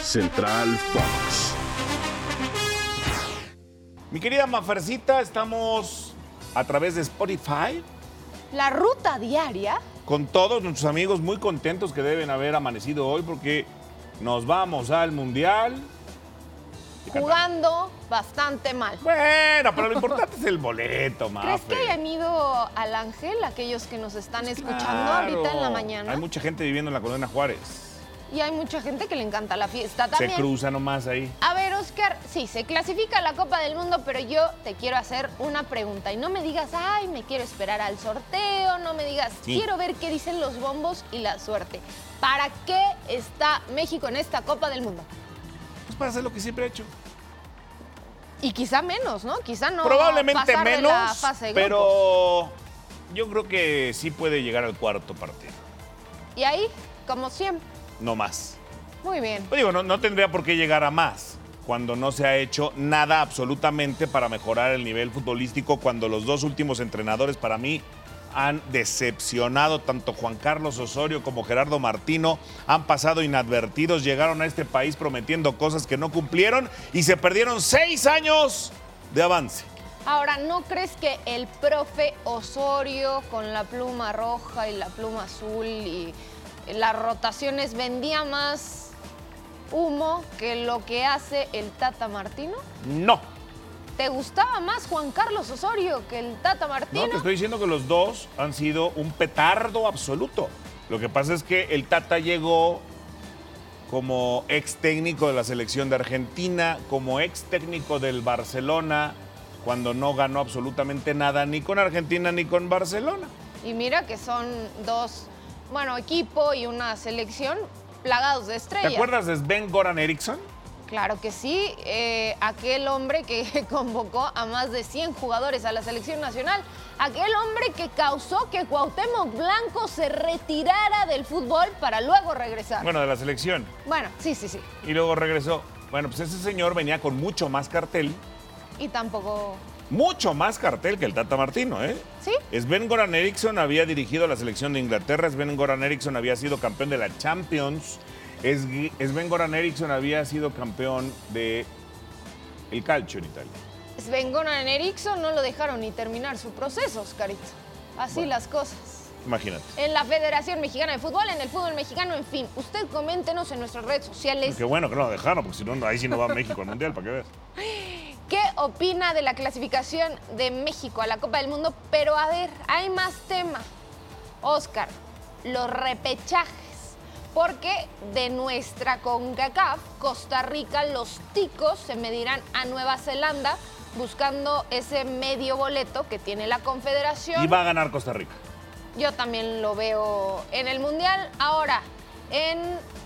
Central Fox. Mi querida Mafercita, estamos a través de Spotify. La ruta diaria. Con todos nuestros amigos muy contentos que deben haber amanecido hoy porque nos vamos al Mundial. Jugando bastante mal. Bueno, pero lo importante es el boleto, Mafer. ¿Crees que hayan ido al Ángel aquellos que nos están escuchando ahorita en la mañana? Hay mucha gente viviendo en la Colonia Juárez. Y hay mucha gente que le encanta la fiesta también. Se cruza nomás ahí. A ver, Oscar, sí, se clasifica a la Copa del Mundo, pero yo te quiero hacer una pregunta. Y no me digas, ay, me quiero esperar al sorteo, no me digas, quiero ver qué dicen los bombos y la suerte. ¿Para qué está México en esta Copa del Mundo? Pues para hacer lo que siempre ha hecho. Y quizá menos, ¿no? Quizá no probablemente pasar menos, de la fase de grupos. pero yo creo que sí puede llegar al cuarto partido. Y ahí, como siempre. No más. Muy bien. Pues digo, no tendría por qué llegar a más cuando no se ha hecho nada absolutamente para mejorar el nivel futbolístico, cuando los dos últimos entrenadores para mí han decepcionado, tanto Juan Carlos Osorio como Gerardo Martino, han pasado inadvertidos, llegaron a este país prometiendo cosas que no cumplieron y se perdieron 6 años de avance. Ahora, ¿no crees que el profe Osorio con la pluma roja y la pluma azul y las rotaciones vendía más humo que lo que hace el Tata Martino? No. ¿Te gustaba más Juan Carlos Osorio que el Tata Martino? No, te estoy diciendo que los dos han sido un petardo absoluto. Lo que pasa es que el Tata llegó como ex técnico de la selección de Argentina, como ex técnico del Barcelona, cuando no ganó absolutamente nada ni con Argentina ni con Barcelona. Y mira que son dos, equipo y una selección plagados de estrellas. ¿Te acuerdas de Sven-Goran Eriksson? Claro que sí, aquel hombre que convocó a más de 100 jugadores a la selección nacional, aquel hombre que causó que Cuauhtémoc Blanco se retirara del fútbol para luego regresar. Bueno, de la selección. Bueno, sí. Y luego regresó. Bueno, pues ese señor venía con mucho más cartel. Y tampoco... Mucho más cartel que el Tata Martino, ¿eh? ¿Sí? Sven-Goran Eriksson había dirigido a la selección de Inglaterra, Sven-Goran Eriksson había sido campeón de la Champions, Sven-Goran Eriksson había sido campeón de el calcio en Italia. Sven-Goran Eriksson no lo dejaron ni terminar su proceso, Oscarito. Así las cosas. Imagínate. En la Federación Mexicana de Fútbol, en el fútbol mexicano, en fin. Usted coméntenos en nuestras redes sociales. Qué bueno que no lo dejaron, porque si no, ahí sí no va México al Mundial, para que veas. ¿Qué opina de la clasificación de México a la Copa del Mundo? Pero a ver, hay más tema. Oscar, los repechajes. Porque de nuestra CONCACAF, Costa Rica, los ticos se medirán a Nueva Zelanda buscando ese medio boleto que tiene la Confederación. Y va a ganar Costa Rica. Yo también lo veo en el Mundial. Ahora, en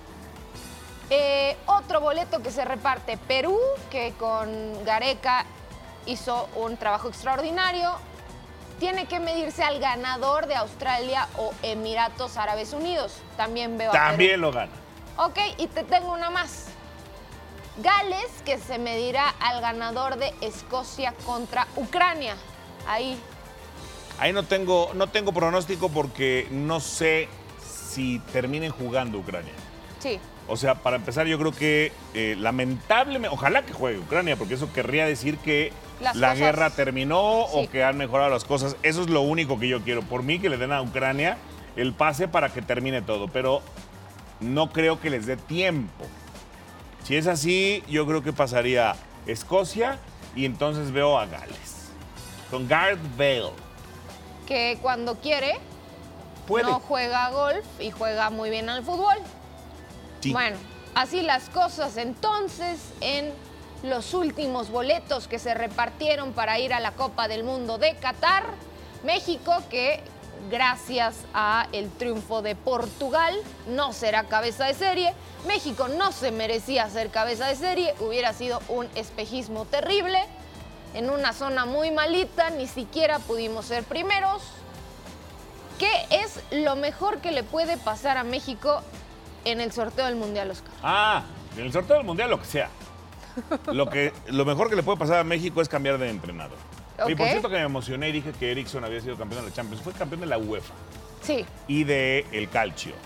otro boleto que se reparte, Perú, que con Gareca hizo un trabajo extraordinario, tiene que medirse al ganador de Australia o Emiratos Árabes Unidos. También veo a Perú. También lo gana. Ok, y te tengo una más. Gales, que se medirá al ganador de Escocia contra Ucrania. Ahí no tengo pronóstico porque no sé si terminen jugando Ucrania. sí. O sea, para empezar, yo creo que lamentablemente, ojalá que juegue Ucrania, porque eso querría decir que la guerra terminó o que han mejorado las cosas. Eso es lo único que yo quiero. Por mí, que le den a Ucrania el pase para que termine todo, pero no creo que les dé tiempo. Si es así, yo creo que pasaría Escocia y entonces veo a Gales. Con Gareth Bale. Que cuando quiere, Puede. no juega golf y juega muy bien al fútbol. Sí. Bueno, así las cosas entonces en los últimos boletos que se repartieron para ir a la Copa del Mundo de Qatar. México, que gracias a el triunfo de Portugal no será cabeza de serie. México no se merecía ser cabeza de serie, hubiera sido un espejismo terrible. En una zona muy malita, ni siquiera pudimos ser primeros. ¿Qué es lo mejor que le puede pasar a México en el sorteo del Mundial, Oscar? En el sorteo del Mundial, lo que sea. Lo mejor que le puede pasar a México es cambiar de entrenador. Y por cierto que me emocioné y dije que Eriksson había sido campeón de la Champions. Fue campeón de la UEFA. Sí. Y de el calcio.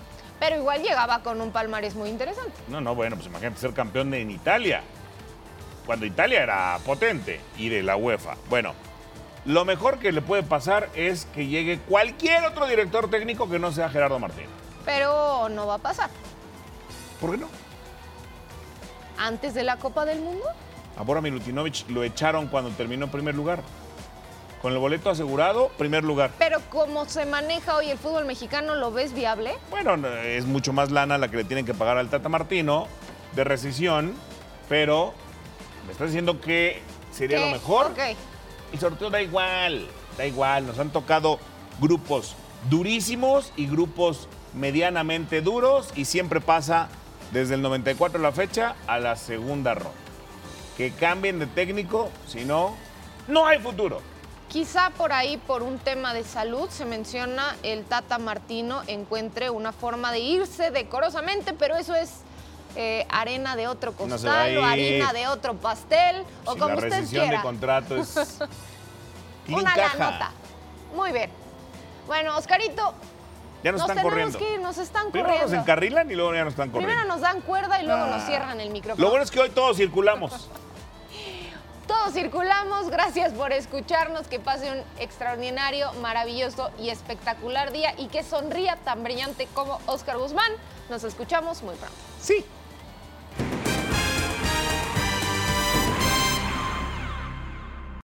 Pero igual llegaba con un palmarés muy interesante. No, bueno, pues imagínate ser campeón en Italia, cuando Italia era potente y de la UEFA. Bueno, lo mejor que le puede pasar es que llegue cualquier otro director técnico que no sea Gerardo Martino. Pero no va a pasar. ¿Por qué no? ¿Antes de la Copa del Mundo? A Bora Milutinovic lo echaron cuando terminó en primer lugar. Con el boleto asegurado, primer lugar. Pero como se maneja hoy el fútbol mexicano, ¿lo ves viable? Bueno, es mucho más lana la que le tienen que pagar al Tata Martino de rescisión, pero me estás diciendo que sería lo mejor. Ok. Y sobre todo da igual. Nos han tocado grupos durísimos y grupos medianamente duros y siempre pasa desde el 94 a la fecha a la segunda ronda. Que cambien de técnico, si no, no hay futuro. Quizá por ahí, por un tema de salud, se menciona el Tata Martino encuentre una forma de irse decorosamente, pero eso es arena de otro costal o harina de otro pastel, o si como la usted rescisión quiera. de contrato es... Una lanota. Muy bien. Bueno, Oscarito, ya nos están corriendo. Que ir, nos están Primero corriendo. nos encarrilan y luego ya nos están corriendo. Primero nos dan cuerda y luego nos cierran el micrófono. Lo bueno es que hoy todos circulamos. Todos circulamos, gracias por escucharnos, que pase un extraordinario, maravilloso y espectacular día y que sonría tan brillante como Óscar Guzmán. Nos escuchamos muy pronto. Sí.